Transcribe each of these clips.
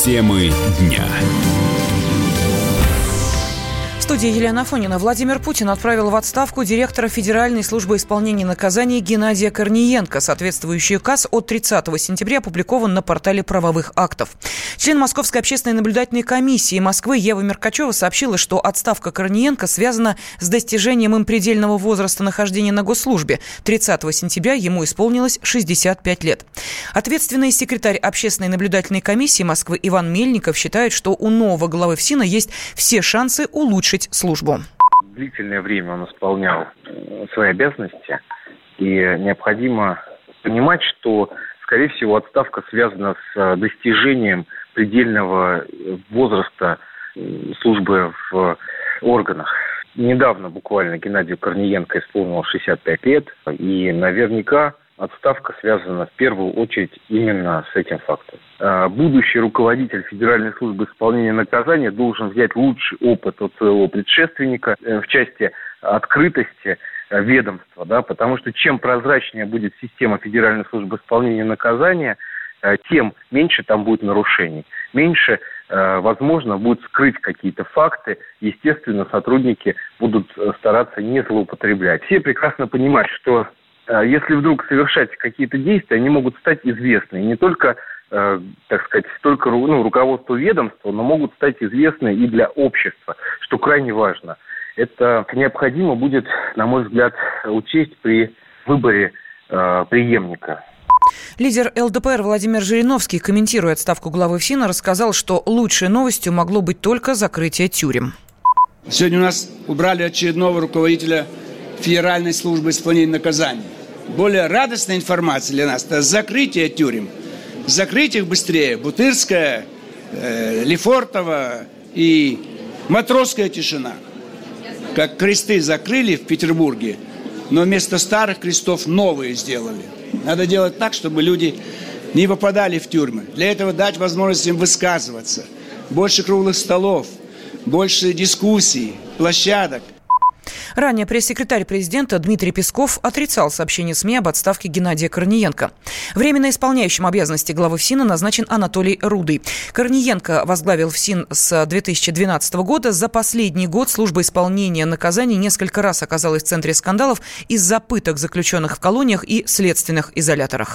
Темы дня. В студии Елена Афонина. Владимир Путин отправил в отставку директора Федеральной службы исполнения наказаний Геннадия Корниенко. Соответствующий указ от 30 сентября опубликован на портале правовых актов. Член Московской общественной наблюдательной комиссии Москвы Ева Меркачева сообщила, что отставка Корниенко связана с достижением им предельного возраста нахождения на госслужбе. 30 сентября ему исполнилось 65 лет. Ответственный секретарь общественной наблюдательной комиссии Москвы Иван Мельников считает, что у нового главы ФСИНа есть все шансы улучшить службу. Длительное время он исполнял свои обязанности, и необходимо понимать, что, скорее всего, отставка связана с достижением предельного возраста службы в органах. Недавно буквально Геннадию Корниенко исполнилось 65 лет, и наверняка отставка связана в первую очередь именно с этим фактом. Будущий руководитель Федеральной службы исполнения наказания должен взять лучший опыт от своего предшественника в части открытости ведомства, да, потому что чем прозрачнее будет система Федеральной службы исполнения наказания, тем меньше там будет нарушений, меньше, возможно, будет скрыть какие-то факты. Естественно, сотрудники будут стараться не злоупотреблять. Все прекрасно понимают, что если вдруг совершать какие-то действия, они могут стать известны. И не только, так сказать, только руководству ведомства, но могут стать известны и для общества, что крайне важно. Это необходимо будет, на мой взгляд, учесть при выборе преемника. Лидер ЛДПР Владимир Жириновский, комментируя отставку главы ФСИНа, рассказал, что лучшей новостью могло быть только закрытие тюрем. Сегодня у нас убрали очередного руководителя Федеральной службы исполнения наказаний. Более радостная информация для нас – это закрытие тюрем. Закрыть их быстрее. Бутырская, Лефортово и Матросская тишина. Как кресты закрыли в Петербурге, но вместо старых крестов новые сделали. Надо делать так, чтобы люди не попадали в тюрьмы. Для этого дать возможность им высказываться. Больше круглых столов, больше дискуссий, площадок. Ранее пресс-секретарь президента Дмитрий Песков отрицал сообщение СМИ об отставке Геннадия Корниенко. Временно исполняющим обязанности главы ФСИНа назначен Анатолий Рудый. Корниенко возглавил ФСИН с 2012 года. За последний год служба исполнения наказаний несколько раз оказалась в центре скандалов из-за пыток заключенных в колониях и следственных изоляторах.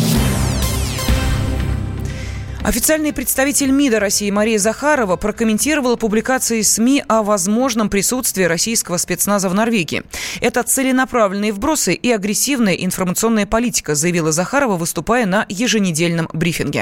Официальный представитель МИДа России Мария Захарова прокомментировала публикации СМИ о возможном присутствии российского спецназа в Норвегии. Это целенаправленные вбросы и агрессивная информационная политика, заявила Захарова, выступая на еженедельном брифинге.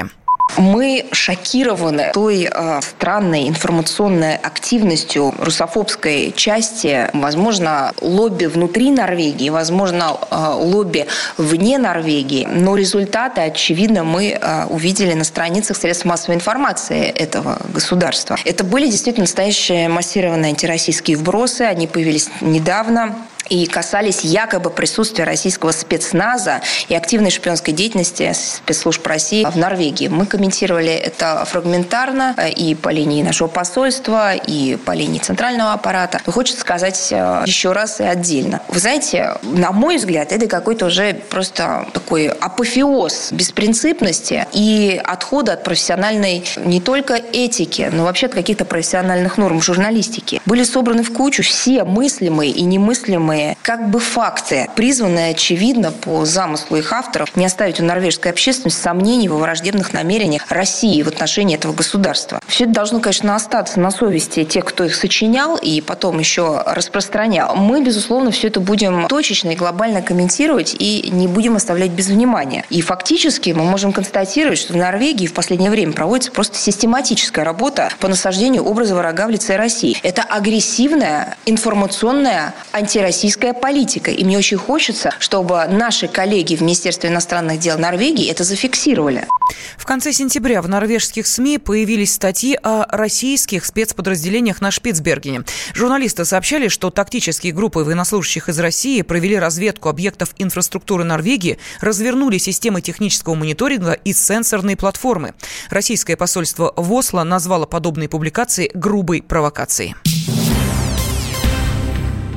Мы шокированы той странной информационной активностью русофобской части, возможно, лобби внутри Норвегии, возможно, лобби вне Норвегии, но результаты, очевидно, мы увидели на страницах средств массовой информации этого государства. Это были действительно настоящие массированные антироссийские вбросы, они появились недавно и касались якобы присутствия российского спецназа и активной шпионской деятельности спецслужб России в Норвегии. Мы комментировали это фрагментарно и по линии нашего посольства, и по линии центрального аппарата. Но хочется сказать еще раз и отдельно. Вы знаете, на мой взгляд, это какой-то уже просто такой апофеоз беспринципности и отхода от профессиональной не только этики, но вообще от каких-то профессиональных норм журналистики. Были собраны в кучу все мыслимые и немыслимые как бы факты, призванные, очевидно, по замыслу их авторов, не оставить у норвежской общественности сомнений во враждебных намерениях России в отношении этого государства. Все это должно, конечно, остаться на совести тех, кто их сочинял и потом еще распространял. Мы, безусловно, все это будем точечно и глобально комментировать и не будем оставлять без внимания. И фактически мы можем констатировать, что в Норвегии в последнее время проводится просто систематическая работа по насаждению образа врага в лице России. Это агрессивная, информационная, антироссийская политика. И мне очень хочется, чтобы наши коллеги в Министерстве иностранных дел Норвегии это зафиксировали. В конце сентября в норвежских СМИ появились статьи о российских спецподразделениях на Шпицбергене. Журналисты сообщали, что тактические группы военнослужащих из России провели разведку объектов инфраструктуры Норвегии, развернули системы технического мониторинга и сенсорные платформы. Российское посольство в Осло назвало подобные публикации грубой провокацией.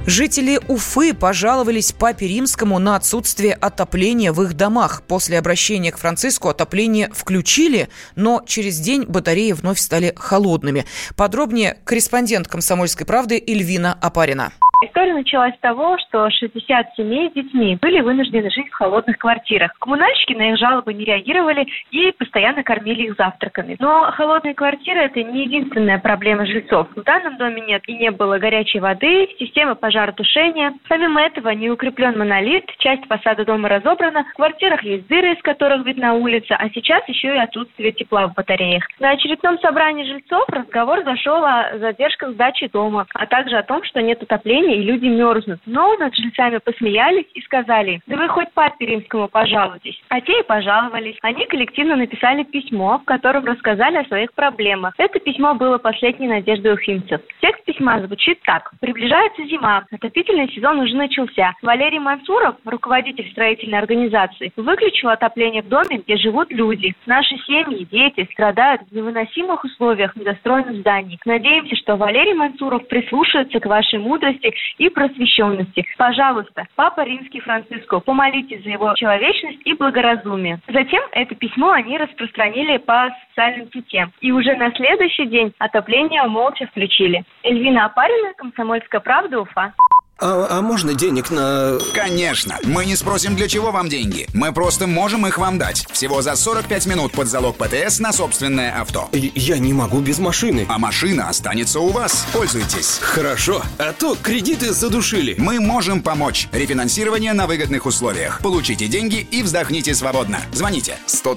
Жители Уфы пожаловались Папе Римскому на отсутствие отопления в их домах. После обращения к Франциску отопление включили, но через день батареи вновь стали холодными. Подробнее корреспондент «Комсомольской правды» Эльвина Опарина. История началась с того, что 60 семей с детьми были вынуждены жить в холодных квартирах. Коммунальщики на их жалобы не реагировали и постоянно кормили их завтраками. Но холодные квартиры – это не единственная проблема жильцов. В данном доме нет и не было горячей воды, системы пожаротушения. Помимо этого, не укреплен монолит, часть фасада дома разобрана, в квартирах есть дыры, из которых видна улица, а сейчас еще и отсутствие тепла в батареях. На очередном собрании жильцов разговор зашел о задержках сдачи дома, а также о том, что нет отопления и люди мерзнут. Но над жильцами посмеялись и сказали: да вы хоть Папе Римскому пожалуйтесь. А те и пожаловались. Они коллективно написали письмо, в котором рассказали о своих проблемах. Это письмо было последней надеждой уфимцев. Текст письма звучит так. Приближается зима. Отопительный сезон уже начался. Валерий Мансуров, руководитель строительной организации, выключил отопление в доме, где живут люди. Наши семьи, дети страдают в невыносимых условиях недостроенных зданий. Надеемся, что Валерий Мансуров прислушается к вашей мудрости и просвещенности. Пожалуйста, Папа Римский Франциско, помолитесь за его человечность и благоразумие. Затем это письмо они распространили по социальным сетям. И уже на следующий день отопление молча включили. Эльвина Опарина, «Комсомольская правда», Уфа. А можно денег на... Конечно! Мы не спросим, для чего вам деньги. Мы просто можем их вам дать. Всего за 45 минут под залог ПТС на собственное авто. Я не могу без машины. А машина останется у вас. Пользуйтесь. Хорошо, а то кредиты задушили. Мы можем помочь. Рефинансирование на выгодных условиях. Получите деньги и вздохните свободно. Звоните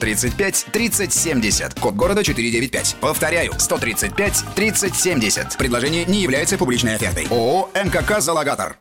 135 30 70. Код города 495. Повторяю, 135 30 70. Предложение не является публичной офертой. ООО «МКК Залогатор».